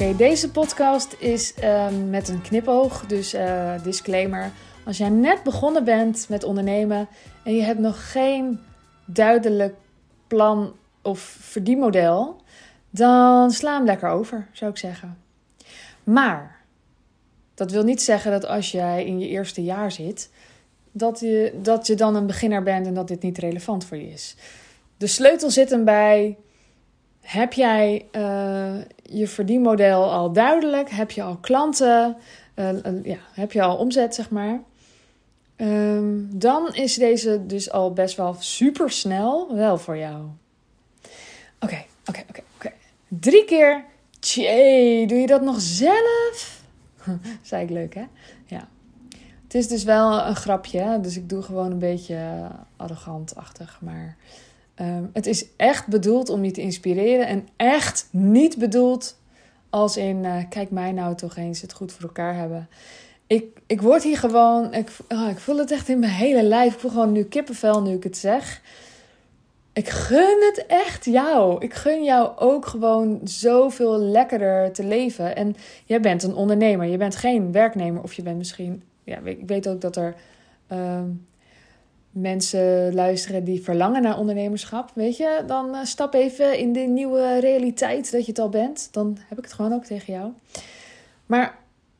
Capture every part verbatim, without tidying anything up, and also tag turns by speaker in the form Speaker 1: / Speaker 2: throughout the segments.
Speaker 1: okay, deze podcast is uh, met een knipoog, dus uh, disclaimer. Als jij net begonnen bent met ondernemen en je hebt nog geen duidelijk plan of verdienmodel, dan sla hem lekker over, zou ik zeggen. Maar dat wil niet zeggen dat als jij in je eerste jaar zit, dat je, dat je dan een beginner bent en dat dit niet relevant voor je is. De sleutel zit hem bij: heb jij uh, je verdienmodel al duidelijk? Heb je al klanten? Uh, uh, ja, heb je al omzet, zeg maar? Um, dan is deze dus al best wel super snel wel voor jou. Oké, oké, oké, oké. Drie keer. Tjee, doe je dat nog zelf? Zei ik leuk, hè? Ja. Het is dus wel een grapje, hè? Dus ik doe gewoon een beetje arrogantachtig, maar Um, het is echt bedoeld om je te inspireren en echt niet bedoeld als in, uh, kijk mij nou toch eens het goed voor elkaar hebben. Ik, ik word hier gewoon, ik, oh, ik voel het echt in mijn hele lijf. Ik voel gewoon nu kippenvel nu ik het zeg. Ik gun het echt jou. Ik gun jou ook gewoon zoveel lekkerder te leven. En jij bent een ondernemer. Je bent geen werknemer of je bent misschien, ja, ik weet ook dat er Um, mensen luisteren die verlangen naar ondernemerschap, weet je, dan uh, stap even in de nieuwe realiteit dat je het al bent. Dan heb ik het gewoon ook tegen jou. Maar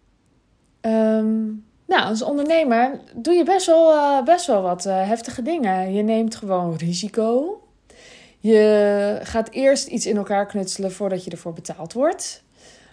Speaker 1: um, nou, als ondernemer doe je best wel, uh, best wel wat uh, heftige dingen. Je neemt gewoon risico. Je gaat eerst iets in elkaar knutselen voordat je ervoor betaald wordt.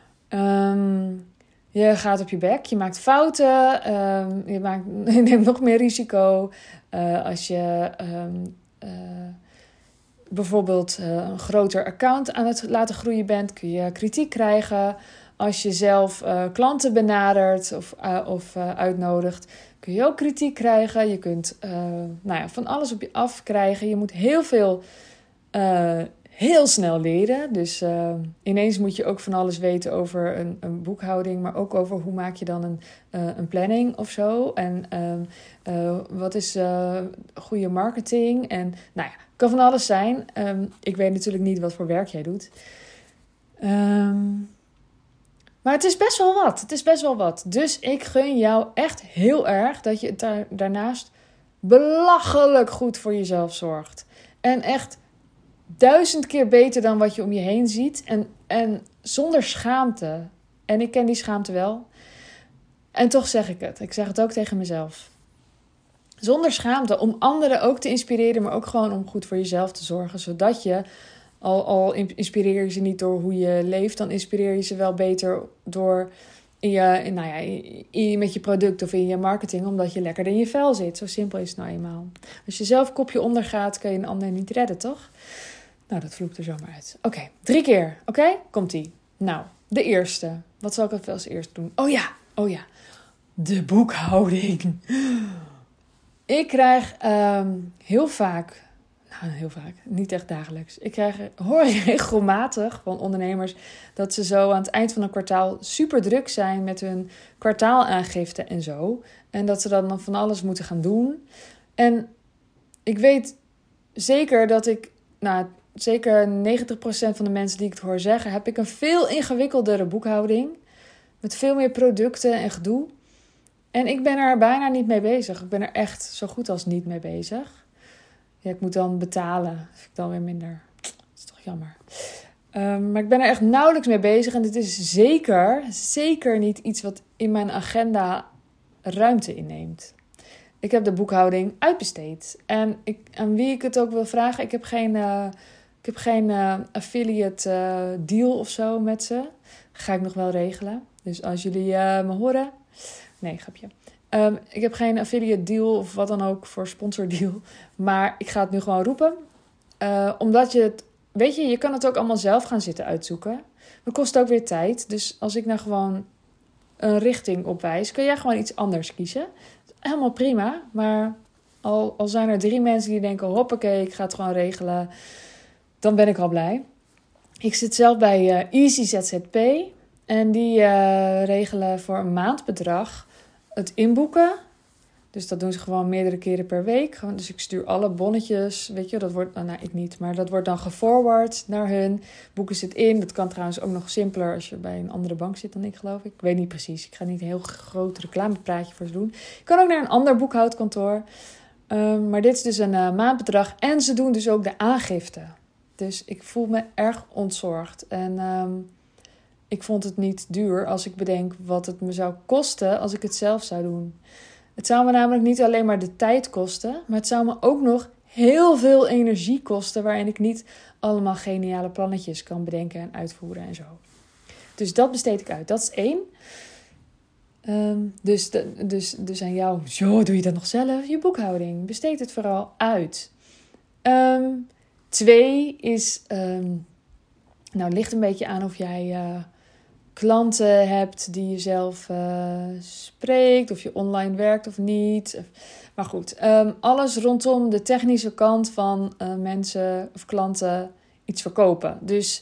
Speaker 1: Um, Je gaat op je bek, je maakt fouten, um, je, maakt, je neemt nog meer risico. Uh, als je um, uh, bijvoorbeeld uh, een groter account aan het laten groeien bent, kun je kritiek krijgen. Als je zelf uh, klanten benadert of, uh, of uh, uitnodigt, kun je ook kritiek krijgen. Je kunt uh, nou ja, van alles op je af krijgen. Je moet heel veel Uh, heel snel leren. Dus uh, ineens moet je ook van alles weten over een, een boekhouding, maar ook over hoe maak je dan een, uh, een planning of zo. En uh, uh, wat is uh, goede marketing. En nou ja, kan van alles zijn. Um, ik weet natuurlijk niet wat voor werk jij doet. Um, maar het is best wel wat. Het is best wel wat. Dus ik gun jou echt heel erg dat je het daar, daarnaast belachelijk goed voor jezelf zorgt. En echt duizend keer beter dan wat je om je heen ziet. En, en zonder schaamte. En ik ken die schaamte wel. En toch zeg ik het. Ik zeg het ook tegen mezelf. Zonder schaamte. Om anderen ook te inspireren. Maar ook gewoon om goed voor jezelf te zorgen. Zodat je, al, al inspireer je ze niet door hoe je leeft, dan inspireer je ze wel beter door in je, in, nou ja, in, in, met je product of in je marketing. Omdat je lekker in je vel zit. Zo simpel is het nou eenmaal. Als je zelf kopje ondergaat, kan je een ander niet redden, toch? Nou, dat vloekt er zomaar uit. Oké, okay, drie keer. Oké, okay? Komt-ie. Nou, de eerste. Wat zal ik even als eerst doen? Oh ja, oh ja. De boekhouding. Ik krijg um, heel vaak, nou heel vaak, niet echt dagelijks. Ik krijg, hoor regelmatig van ondernemers dat ze zo aan het eind van een kwartaal super druk zijn met hun kwartaalaangifte en zo. En dat ze dan van alles moeten gaan doen. En ik weet zeker dat ik, nou, zeker negentig procent van de mensen die ik het hoor zeggen, heb ik een veel ingewikkeldere boekhouding. Met veel meer producten en gedoe. En ik ben er bijna niet mee bezig. Ik ben er echt zo goed als niet mee bezig. Ja, ik moet dan betalen. Dat vind ik dan weer minder. Dat is toch jammer. Um, maar ik ben er echt nauwelijks mee bezig. En dit is zeker, zeker niet iets wat in mijn agenda ruimte inneemt. Ik heb de boekhouding uitbesteed. En ik, aan wie ik het ook wil vragen, ik heb geen, uh, ik heb geen uh, affiliate uh, deal of zo met ze. Ga ik nog wel regelen. Dus als jullie uh, me horen. Nee, grapje. Um, ik heb geen affiliate deal of wat dan ook voor sponsordeal. Maar ik ga het nu gewoon roepen. Uh, omdat je het, weet je, je kan het ook allemaal zelf gaan zitten uitzoeken. Dat kost ook weer tijd. Dus als ik nou gewoon een richting opwijs, kun jij gewoon iets anders kiezen. Helemaal prima, maar al, al zijn er drie mensen die denken, hoppakee, ik ga het gewoon regelen, dan ben ik al blij. Ik zit zelf bij uh, Easy Z Z P en die uh, regelen voor een maandbedrag het inboeken. Dus dat doen ze gewoon meerdere keren per week. Gewoon, dus ik stuur alle bonnetjes, weet je, dat wordt, nou, nou ik niet, maar dat wordt dan geforward naar hun. Boeken ze het in. Dat kan trouwens ook nog simpeler als je bij een andere bank zit dan ik, geloof ik. Ik weet niet precies. Ik ga niet een heel groot reclamepraatje voor ze doen. Je kan ook naar een ander boekhoudkantoor. Um, maar dit is dus een uh, maandbedrag. En ze doen dus ook de aangifte. Dus ik voel me erg ontzorgd. En um, ik vond het niet duur als ik bedenk wat het me zou kosten als ik het zelf zou doen. Het zou me namelijk niet alleen maar de tijd kosten, maar het zou me ook nog heel veel energie kosten, waarin ik niet allemaal geniale plannetjes kan bedenken en uitvoeren en zo. Dus dat besteed ik uit. Dat is één. Um, dus, de, dus, dus aan jou, zo doe je dat nog zelf? Je boekhouding. Besteed het vooral uit. Um, twee is, um, nou het ligt een beetje aan of jij uh, klanten hebt die je zelf uh, spreekt, of je online werkt of niet. Maar goed, um, alles rondom de technische kant van uh, mensen of klanten iets verkopen. Dus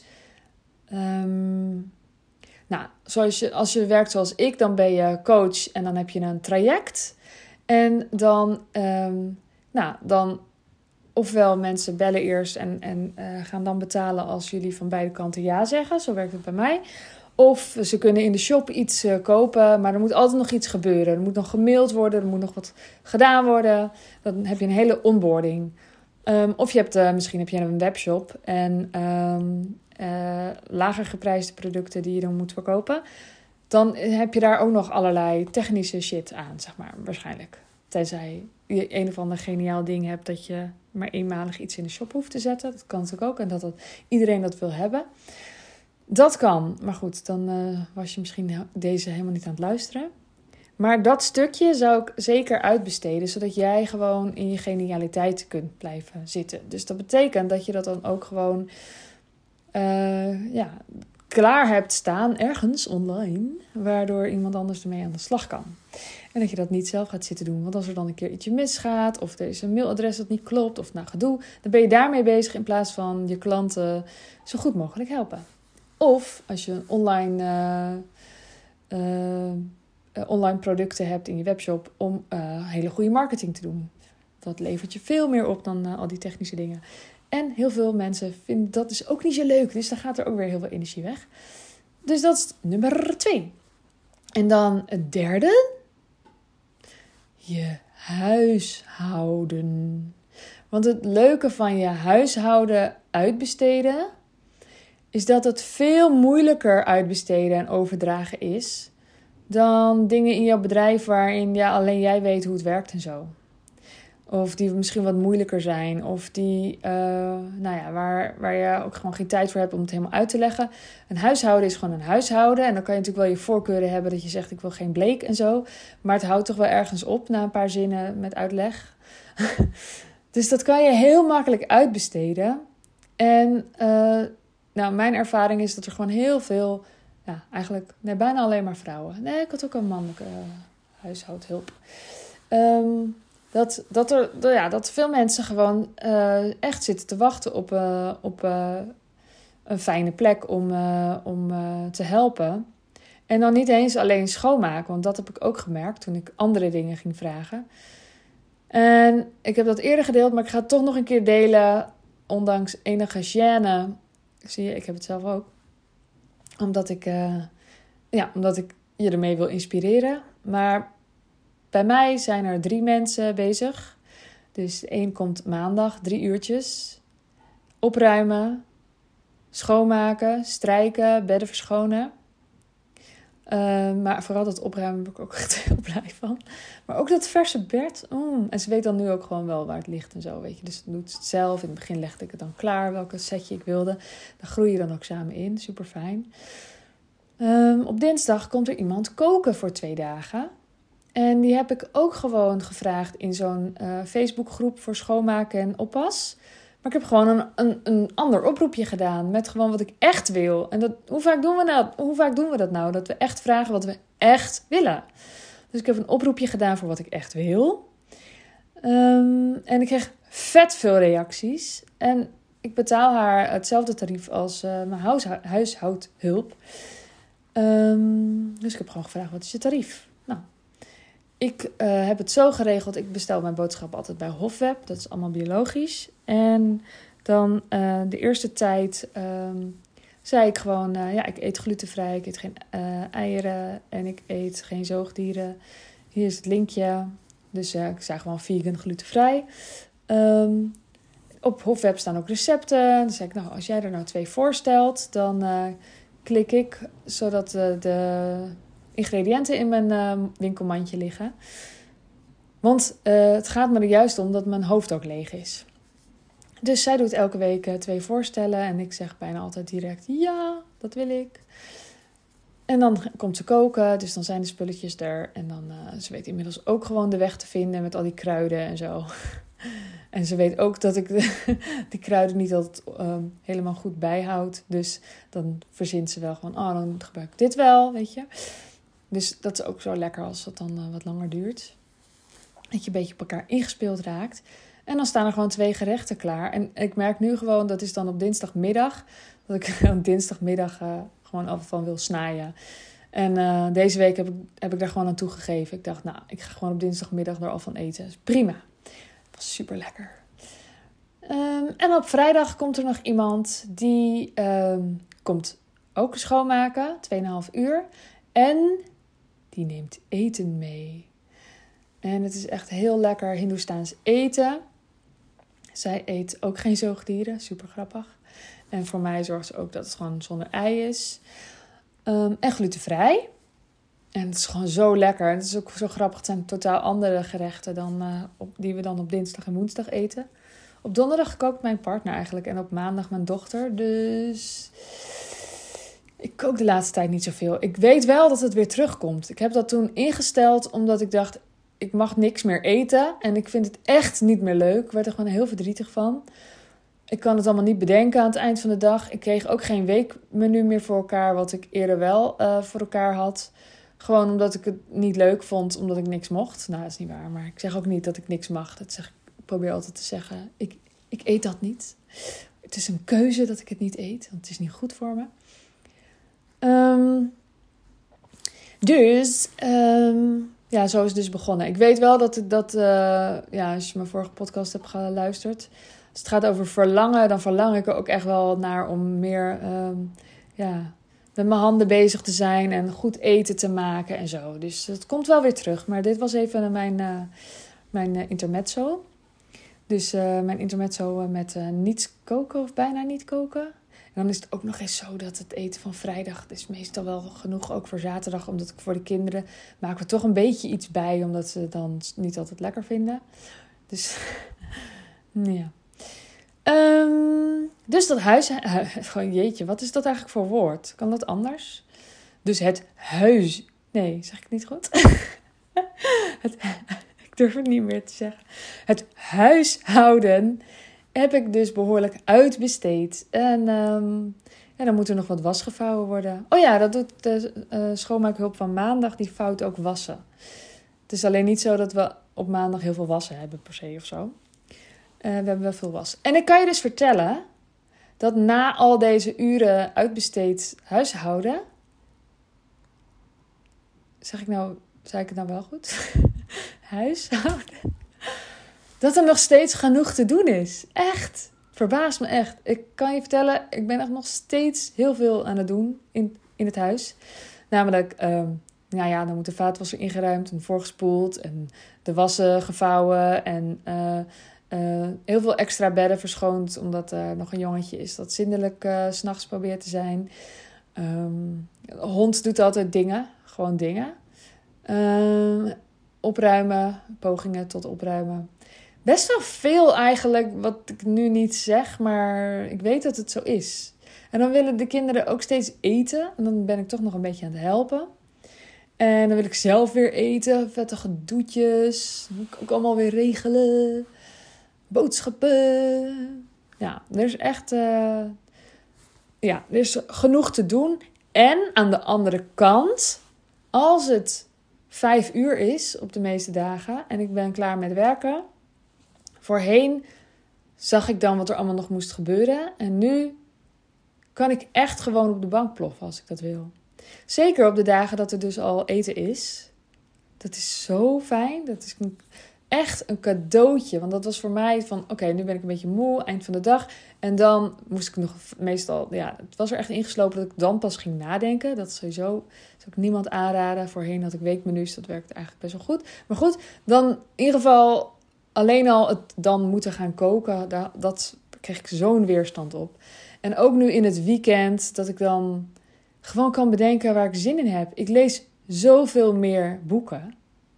Speaker 1: um, nou, zoals je, als je werkt zoals ik, dan ben je coach en dan heb je een traject. En dan, um, nou, dan ofwel mensen bellen eerst en, en uh, gaan dan betalen als jullie van beide kanten ja zeggen. Zo werkt het bij mij. Of ze kunnen in de shop iets uh, kopen, maar er moet altijd nog iets gebeuren. Er moet nog gemaild worden, er moet nog wat gedaan worden. Dan heb je een hele onboarding. Um, of je hebt, uh, misschien heb je een webshop en um, uh, lager geprijsde producten die je dan moet verkopen. Dan heb je daar ook nog allerlei technische shit aan, zeg maar, waarschijnlijk. Tenzij je een of ander geniaal ding hebt dat je maar eenmalig iets in de shop hoeft te zetten. Dat kan natuurlijk ook en dat, dat iedereen dat wil hebben. Dat kan, maar goed, dan uh, was je misschien deze helemaal niet aan het luisteren. Maar dat stukje zou ik zeker uitbesteden, zodat jij gewoon in je genialiteit kunt blijven zitten. Dus dat betekent dat je dat dan ook gewoon uh, ja, klaar hebt staan ergens online, waardoor iemand anders ermee aan de slag kan. En dat je dat niet zelf gaat zitten doen. Want als er dan een keer ietsje misgaat, of er is een mailadres dat niet klopt, of nou gedoe, dan ben je daarmee bezig in plaats van je klanten zo goed mogelijk helpen. Of als je een online, uh, uh, uh, online producten hebt in je webshop om uh, hele goede marketing te doen. Dat levert je veel meer op dan uh, al die technische dingen. En heel veel mensen vinden dat dus ook niet zo leuk. Dus dan gaat er ook weer heel veel energie weg. Dus dat is nummer twee. En dan het derde. Je huishouden. Want het leuke van je huishouden uitbesteden is dat het veel moeilijker uitbesteden en overdragen is dan dingen in jouw bedrijf waarin ja, alleen jij weet hoe het werkt en zo. Of die misschien wat moeilijker zijn. Of die, uh, nou ja, waar, waar je ook gewoon geen tijd voor hebt om het helemaal uit te leggen. Een huishouden is gewoon een huishouden. En dan kan je natuurlijk wel je voorkeuren hebben dat je zegt ik wil geen bleek en zo. Maar het houdt toch wel ergens op na een paar zinnen met uitleg. Dus dat kan je heel makkelijk uitbesteden. En uh, nou, mijn ervaring is dat er gewoon heel veel, ja, eigenlijk nee, bijna alleen maar vrouwen. Nee, ik had ook een mannelijke uh, huishoudhulp. Um, Dat, dat, er, ja, dat veel mensen gewoon uh, echt zitten te wachten op, uh, op uh, een fijne plek om, uh, om uh, te helpen. En dan niet eens alleen schoonmaken, want dat heb ik ook gemerkt toen ik andere dingen ging vragen. En ik heb dat eerder gedeeld, maar ik ga het toch nog een keer delen, ondanks enige gêne. Zie je, ik heb het zelf ook. Omdat ik, uh, ja, omdat ik je ermee wil inspireren. Maar bij mij zijn er drie mensen bezig. Dus de een komt maandag, drie uurtjes. Opruimen, schoonmaken, strijken, bedden verschonen. Uh, maar vooral dat opruimen ben ik ook echt heel blij van. Maar ook dat verse bed. Mm. En ze weet dan nu ook gewoon wel waar het ligt en zo, weet je. Dus doet het zelf. In het begin legde ik het dan klaar, welke setje ik wilde. Daar groei je dan ook samen in. Super fijn. Um, op dinsdag komt er iemand koken voor twee dagen. En die heb ik ook gewoon gevraagd in zo'n uh, Facebookgroep voor schoonmaken en oppas. Maar ik heb gewoon een, een, een ander oproepje gedaan met gewoon wat ik echt wil. En dat, hoe, vaak doen we nou, hoe vaak doen we dat nou? Dat we echt vragen wat we echt willen. Dus ik heb een oproepje gedaan voor wat ik echt wil. Um, en ik kreeg vet veel reacties. En ik betaal haar hetzelfde tarief als uh, mijn huisho- huishoudhulp. Um, dus ik heb gewoon gevraagd, wat is je tarief? Nou, ik uh, heb het zo geregeld. Ik bestel mijn boodschappen altijd bij Hofweb. Dat is allemaal biologisch. En dan uh, de eerste tijd um, zei ik gewoon... Uh, ja, ik eet glutenvrij. Ik eet geen uh, eieren. En ik eet geen zoogdieren. Hier is het linkje. Dus uh, ik zei gewoon vegan, glutenvrij. Um, op Hofweb staan ook recepten. Dan zei ik, nou, als jij er nou twee voorstelt... dan uh, klik ik, zodat uh, de... ingrediënten in mijn uh, winkelmandje liggen. Want uh, het gaat me er juist om dat mijn hoofd ook leeg is. Dus zij doet elke week uh, twee voorstellen. En ik zeg bijna altijd direct, ja, dat wil ik. En dan komt ze koken, dus dan zijn de spulletjes er. En dan, uh, ze weet inmiddels ook gewoon de weg te vinden met al die kruiden en zo. En ze weet ook dat ik de, die kruiden niet altijd um, helemaal goed bijhoud. Dus dan verzint ze wel gewoon, oh, dan gebruik ik dit wel, weet je. Dus dat is ook zo lekker als het dan uh, wat langer duurt. Dat je een beetje op elkaar ingespeeld raakt. En dan staan er gewoon twee gerechten klaar. En ik merk nu gewoon, dat is dan op dinsdagmiddag... dat ik op dinsdagmiddag uh, gewoon af en van wil snijden. En uh, deze week heb ik, heb ik daar gewoon aan toegegeven. Ik dacht, nou, ik ga gewoon op dinsdagmiddag er al van eten. Dus prima. Het was super lekker. Um, en op vrijdag komt er nog iemand die um, komt ook schoonmaken. tweeënhalf uur. En die neemt eten mee. En het is echt heel lekker Hindoestaans eten. Zij eet ook geen zoogdieren. Super grappig. En voor mij zorgt ze ook dat het gewoon zonder ei is. Um, en glutenvrij. En het is gewoon zo lekker. En het is ook zo grappig. Het zijn totaal andere gerechten dan, uh, op, die we dan op dinsdag en woensdag eten. Op donderdag kookt mijn partner eigenlijk. En op maandag mijn dochter. Dus... ik kook de laatste tijd niet zoveel. Ik weet wel dat het weer terugkomt. Ik heb dat toen ingesteld omdat ik dacht... ik mag niks meer eten. En ik vind het echt niet meer leuk. Ik werd er gewoon heel verdrietig van. Ik kan het allemaal niet bedenken aan het eind van de dag. Ik kreeg ook geen weekmenu meer voor elkaar. Wat ik eerder wel uh, voor elkaar had. Gewoon omdat ik het niet leuk vond. Omdat ik niks mocht. Nou, dat is niet waar. Maar ik zeg ook niet dat ik niks mag. Dat zeg, ik probeer altijd te zeggen. Ik, ik eet dat niet. Het is een keuze dat ik het niet eet. Want het is niet goed voor me. Um, dus... Um, ja, zo is het dus begonnen. Ik weet wel dat ik dat... Uh, ja, als je mijn vorige podcast hebt geluisterd... als het gaat over verlangen... dan verlang ik er ook echt wel naar om meer... Um, ja, met mijn handen bezig te zijn... en goed eten te maken en zo. Dus het komt wel weer terug. Maar dit was even mijn, uh, mijn uh, intermezzo. Dus uh, mijn intermezzo met uh, niets koken of bijna niet koken... En dan is het ook nog eens zo dat het eten van vrijdag... is meestal wel genoeg, ook voor zaterdag. Omdat ik voor de kinderen maken we toch een beetje iets bij... omdat ze het dan niet altijd lekker vinden. Dus, ja. Um, dus dat huis... Uh, gewoon jeetje, wat is dat eigenlijk voor woord? Kan dat anders? Dus het huis... Nee, zeg ik het niet goed? het, ik durf het niet meer te zeggen. Het huishouden... heb ik dus behoorlijk uitbesteed. En um, ja, dan moet er nog wat was gevouwen worden. Oh ja, dat doet de uh, schoonmaakhulp van maandag. Die vouwt ook wassen. Het is alleen niet zo dat we op maandag heel veel wassen hebben per se of zo. Uh, we hebben wel veel was. En ik kan je dus vertellen... dat na al deze uren uitbesteed huishouden... Zeg ik nou... Zeg ik het nou wel goed? Huishouden... dat er nog steeds genoeg te doen is. Echt. Verbaast me echt. Ik kan je vertellen, ik ben echt nog steeds heel veel aan het doen in, in het huis. Namelijk, um, nou ja, dan moet de vaatwasser ingeruimd en voorgespoeld. En de wassen gevouwen. En uh, uh, heel veel extra bedden verschoond. Omdat er nog een jongetje is dat zindelijk uh, 's nachts probeert te zijn. Um, de hond doet altijd dingen. Gewoon dingen. Um, opruimen. Pogingen tot opruimen. Best wel veel eigenlijk, wat ik nu niet zeg, maar ik weet dat het zo is. En dan willen de kinderen ook steeds eten. En dan ben ik toch nog een beetje aan het helpen. En dan wil ik zelf weer eten, vettige doetjes. Dat moet ik ook allemaal weer regelen. Boodschappen. Ja, er is echt... Uh, ja, er is genoeg te doen. En aan de andere kant, als het vijf uur is op de meeste dagen... en ik ben klaar met werken... Voorheen zag ik dan wat er allemaal nog moest gebeuren. En nu kan ik echt gewoon op de bank ploffen als ik dat wil. Zeker op de dagen dat er dus al eten is. Dat is zo fijn. Dat is een, echt een cadeautje. Want dat was voor mij van, oké, okay, nu ben ik een beetje moe, eind van de dag. En dan moest ik nog meestal, ja, het was er echt ingeslopen dat ik dan pas ging nadenken. Dat is sowieso, dat zou ik niemand aanraden. Voorheen had ik weekmenu's, dat werkte eigenlijk best wel goed. Maar goed, dan in ieder geval alleen al het dan moeten gaan koken, dat, dat kreeg ik zo'n weerstand op. En ook nu in het weekend, dat ik dan gewoon kan bedenken waar ik zin in heb. Ik lees zoveel meer boeken.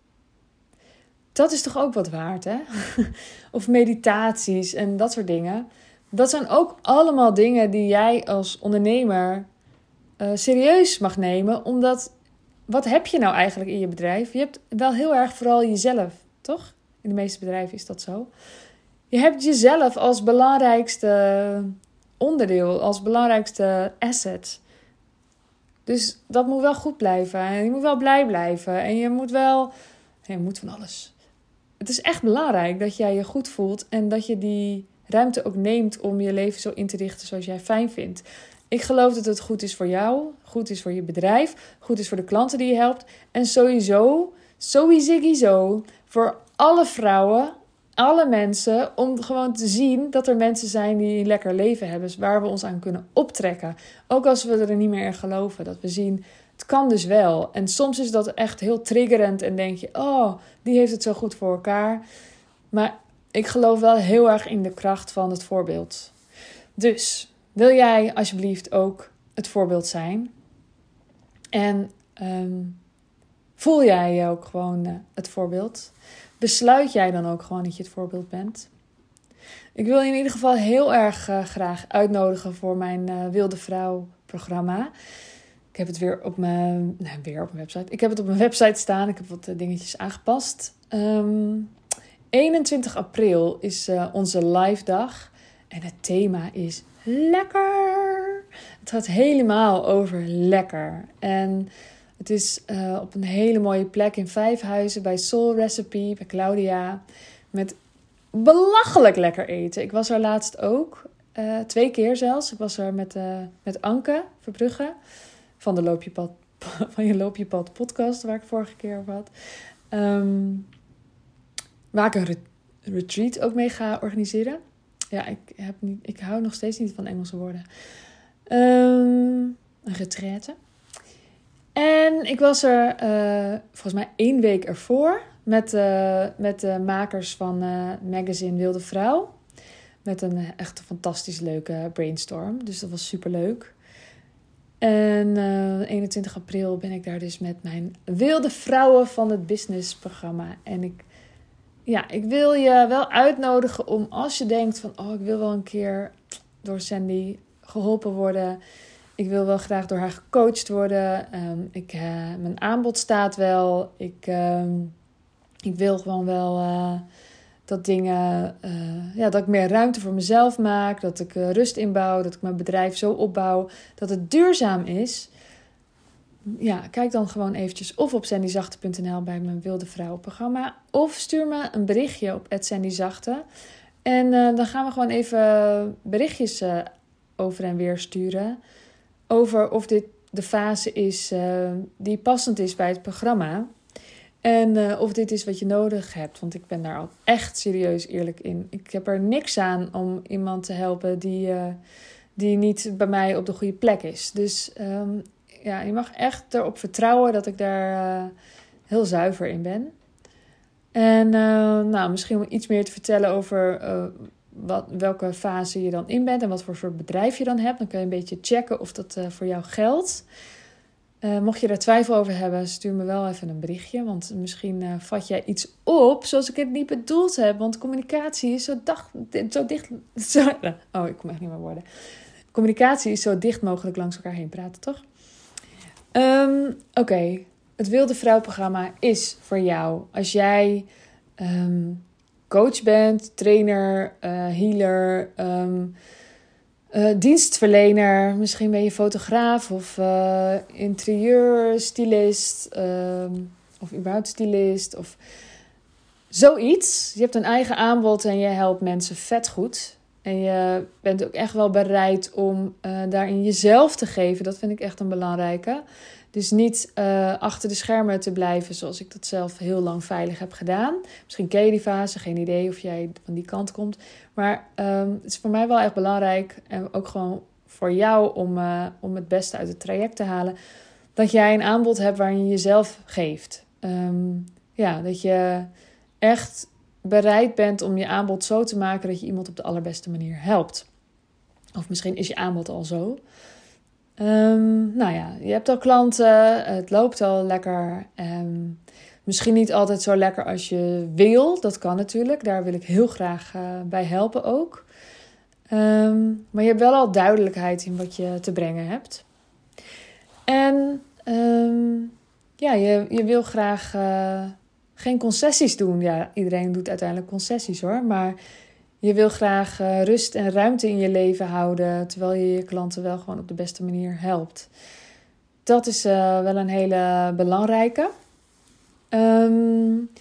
Speaker 1: Dat is toch ook wat waard, hè? Of meditaties en dat soort dingen. Dat zijn ook allemaal dingen die jij als ondernemer uh, serieus mag nemen. Omdat, wat heb je nou eigenlijk in je bedrijf? Je hebt wel heel erg vooral jezelf, toch? In de meeste bedrijven is dat zo. Je hebt jezelf als belangrijkste onderdeel, als belangrijkste asset. Dus dat moet wel goed blijven. En je moet wel blij blijven. En je moet wel... Je moet van alles. Het is echt belangrijk dat jij je goed voelt. En dat je die ruimte ook neemt om je leven zo in te richten zoals jij fijn vindt. Ik geloof dat het goed is voor jou. Goed is voor je bedrijf. Goed is voor de klanten die je helpt. En sowieso, sowieso voor alle vrouwen... alle mensen, om gewoon te zien dat er mensen zijn die een lekker leven hebben, waar we ons aan kunnen optrekken. Ook als we er niet meer in geloven, dat we zien, het kan dus wel. En soms is dat echt heel triggerend en denk je, oh, die heeft het zo goed voor elkaar. Maar ik geloof wel heel erg in de kracht van het voorbeeld. Dus wil jij alsjeblieft ook het voorbeeld zijn? En um, voel jij ook gewoon uh, het voorbeeld? Besluit jij dan ook gewoon dat je het voorbeeld bent? Ik wil je in ieder geval heel erg uh, graag uitnodigen voor mijn uh, Wilde Vrouw programma. Ik heb het weer op mijn, nou, weer op mijn website. Ik heb het op mijn website staan. Ik heb wat uh, dingetjes aangepast. Um, eenentwintig april is uh, onze live dag. En het thema is lekker. Het gaat helemaal over lekker. En... Het is uh, op een hele mooie plek in Vijfhuizen bij Soul Recipe, bij Claudia. Met belachelijk lekker eten. Ik was er laatst ook. Uh, twee keer zelfs. Ik was er met, uh, met Anke Verbrugge. Van, de Loop je Pad, van je Loop je Pad podcast, waar ik vorige keer over had. Um, waar ik een re- retreat ook mee ga organiseren. Ja, ik, heb niet, ik hou nog steeds niet van Engelse woorden. Um, een retraite. En ik was er uh, volgens mij één week ervoor met, uh, met de makers van uh, magazine Wilde Vrouw. Met een uh, echt een fantastisch leuke brainstorm. Dus dat was superleuk. En uh, eenentwintig april ben ik daar dus met mijn Wilde Vrouwen van het Business programma. En ik, ja, ik wil je wel uitnodigen om als je denkt van... oh, ik wil wel een keer door Sandy geholpen worden... Ik wil wel graag door haar gecoacht worden. Um, ik, uh, mijn aanbod staat wel. Ik, um, ik wil gewoon wel uh, dat dingen... Uh, ja, dat ik meer ruimte voor mezelf maak. Dat ik uh, rust inbouw. Dat ik mijn bedrijf zo opbouw. Dat het duurzaam is. Ja, kijk dan gewoon eventjes of op sandy zachte punt n l bij mijn Wilde Vrouwen programma. Of stuur me een berichtje op at sandy zachte. En uh, dan gaan we gewoon even berichtjes uh, over en weer sturen... over of dit de fase is uh, die passend is bij het programma. En uh, of dit is wat je nodig hebt. Want ik ben daar al echt serieus eerlijk in. Ik heb er niks aan om iemand te helpen die, uh, die niet bij mij op de goede plek is. Dus um, ja, je mag echt erop vertrouwen dat ik daar uh, heel zuiver in ben. En uh, nou, misschien om iets meer te vertellen over... Uh, Wat, welke fase je dan in bent en wat voor soort bedrijf je dan hebt. Dan kun je een beetje checken of dat uh, voor jou geldt. Uh, mocht je daar twijfel over hebben, stuur me wel even een berichtje. Want misschien uh, vat jij iets op zoals ik het niet bedoeld heb. Want communicatie is zo, dag, zo dicht... Zo, oh, ik kom echt niet meer woorden. Communicatie is zo dicht mogelijk langs elkaar heen praten, toch? Um, Oké, okay. Het Wilde Vrouw programma is voor jou. Als jij... Um, coach bent, trainer, uh, healer, um, uh, dienstverlener. Misschien ben je fotograaf of uh, interieurstylist. Um, of überhaupt stylist. Of zoiets. Je hebt een eigen aanbod en je helpt mensen vet goed. En je bent ook echt wel bereid om uh, daarin jezelf te geven. Dat vind ik echt een belangrijke. Dus niet uh, achter de schermen te blijven zoals ik dat zelf heel lang veilig heb gedaan. Misschien ken je die fase, geen idee of jij van die kant komt. Maar um, het is voor mij wel echt belangrijk en ook gewoon voor jou om, uh, om het beste uit het traject te halen. Dat jij een aanbod hebt waarin je jezelf geeft. Um, ja, dat je echt bereid bent om je aanbod zo te maken dat je iemand op de allerbeste manier helpt. Of misschien is je aanbod al zo. Um, nou ja, je hebt al klanten, het loopt al lekker. Um, misschien niet altijd zo lekker als je wil, dat kan natuurlijk. Daar wil ik heel graag uh, bij helpen ook. Um, maar je hebt wel al duidelijkheid in wat je te brengen hebt. En um, ja, je, je wil graag uh, geen concessies doen. Ja, iedereen doet uiteindelijk concessies hoor, maar je wil graag uh, rust en ruimte in je leven houden, terwijl je je klanten wel gewoon op de beste manier helpt. Dat is uh, wel een hele belangrijke. Um,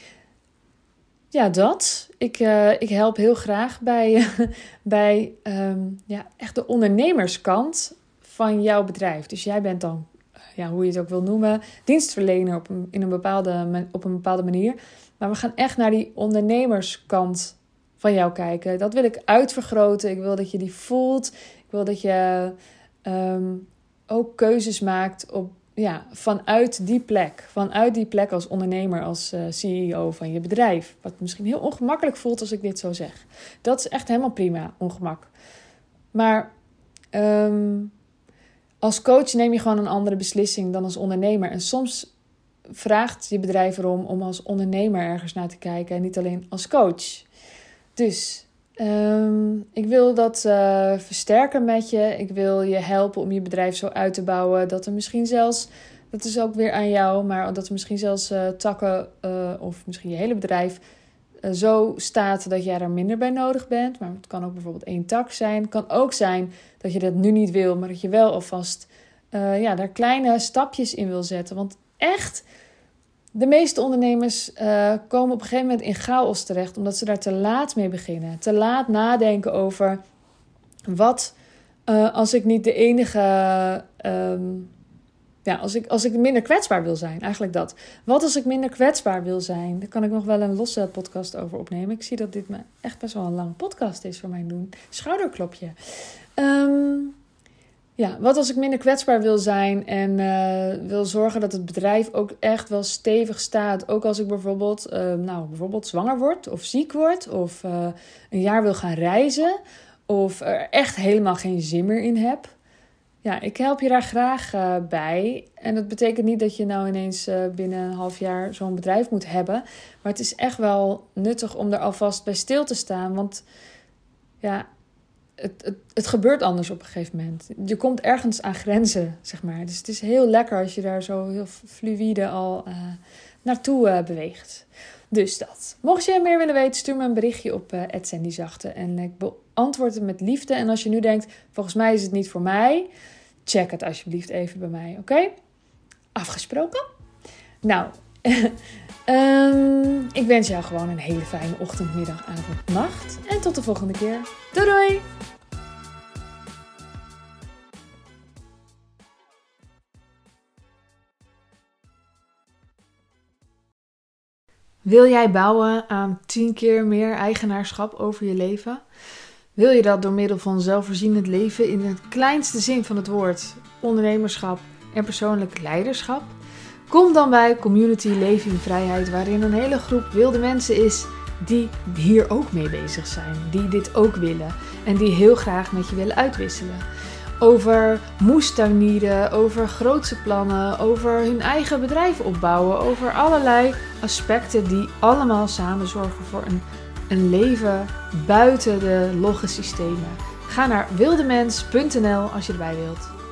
Speaker 1: ja, dat. Ik, uh, ik help heel graag bij, bij um, ja, echt de ondernemerskant van jouw bedrijf. Dus jij bent dan, ja, hoe je het ook wil noemen, dienstverlener op een, in een bepaalde, op een bepaalde manier. Maar we gaan echt naar die ondernemerskant van jou kijken. Dat wil ik uitvergroten. Ik wil dat je die voelt. Ik wil dat je um, ook keuzes maakt op, ja, vanuit die plek. Vanuit die plek als ondernemer, als uh, C E O van je bedrijf. Wat misschien heel ongemakkelijk voelt als ik dit zo zeg. Dat is echt helemaal prima, ongemak. Maar um, als coach neem je gewoon een andere beslissing dan als ondernemer. En soms vraagt je bedrijf erom om als ondernemer ergens naar te kijken en niet alleen als coach. Dus um, ik wil dat uh, versterken met je. Ik wil je helpen om je bedrijf zo uit te bouwen dat er misschien zelfs, dat is ook weer aan jou, maar dat er misschien zelfs uh, takken uh, of misschien je hele bedrijf uh, zo staat dat jij er minder bij nodig bent. Maar het kan ook bijvoorbeeld één tak zijn. Het kan ook zijn dat je dat nu niet wil, maar dat je wel alvast uh, ja, daar kleine stapjes in wil zetten. Want echt, de meeste ondernemers uh, komen op een gegeven moment in chaos terecht, omdat ze daar te laat mee beginnen. Te laat nadenken over wat uh, als ik niet de enige, um, ja, als ik, als ik minder kwetsbaar wil zijn, eigenlijk dat. Wat als ik minder kwetsbaar wil zijn? Daar kan ik nog wel een losse podcast over opnemen. Ik zie dat dit me echt best wel een lange podcast is voor mijn doen. Schouderklopje. Um, Ja, wat als ik minder kwetsbaar wil zijn en uh, wil zorgen dat het bedrijf ook echt wel stevig staat. Ook als ik bijvoorbeeld, uh, nou, bijvoorbeeld zwanger word of ziek word of uh, een jaar wil gaan reizen. Of er echt helemaal geen zin meer in heb. Ja, ik help je daar graag uh, bij. En dat betekent niet dat je nou ineens uh, binnen een half jaar zo'n bedrijf moet hebben. Maar het is echt wel nuttig om er alvast bij stil te staan. Want ja, Het, het, het gebeurt anders op een gegeven moment. Je komt ergens aan grenzen, zeg maar. Dus het is heel lekker als je daar zo heel fluïde al uh, naartoe uh, beweegt. Dus dat. Mocht je meer willen weten, stuur me een berichtje op uh, at sandy zachte. En ik beantwoord het met liefde. En als je nu denkt, volgens mij is het niet voor mij, check het alsjeblieft even bij mij, oké? Okay? Afgesproken? Nou, um, ik wens jou gewoon een hele fijne ochtend, middag, avond, nacht. En tot de volgende keer. Doei doei! Wil jij bouwen aan tien keer meer eigenaarschap over je leven? Wil je dat door middel van zelfvoorzienend leven in het kleinste zin van het woord, ondernemerschap en persoonlijk leiderschap? Kom dan bij Community Leven in Vrijheid, waarin een hele groep wilde mensen is die hier ook mee bezig zijn, die dit ook willen en die heel graag met je willen uitwisselen. Over moestuinieren, over grootse plannen, over hun eigen bedrijf opbouwen, over allerlei aspecten die allemaal samen zorgen voor een, een leven buiten de logge systemen. Ga naar wildemens punt n l als je erbij wilt.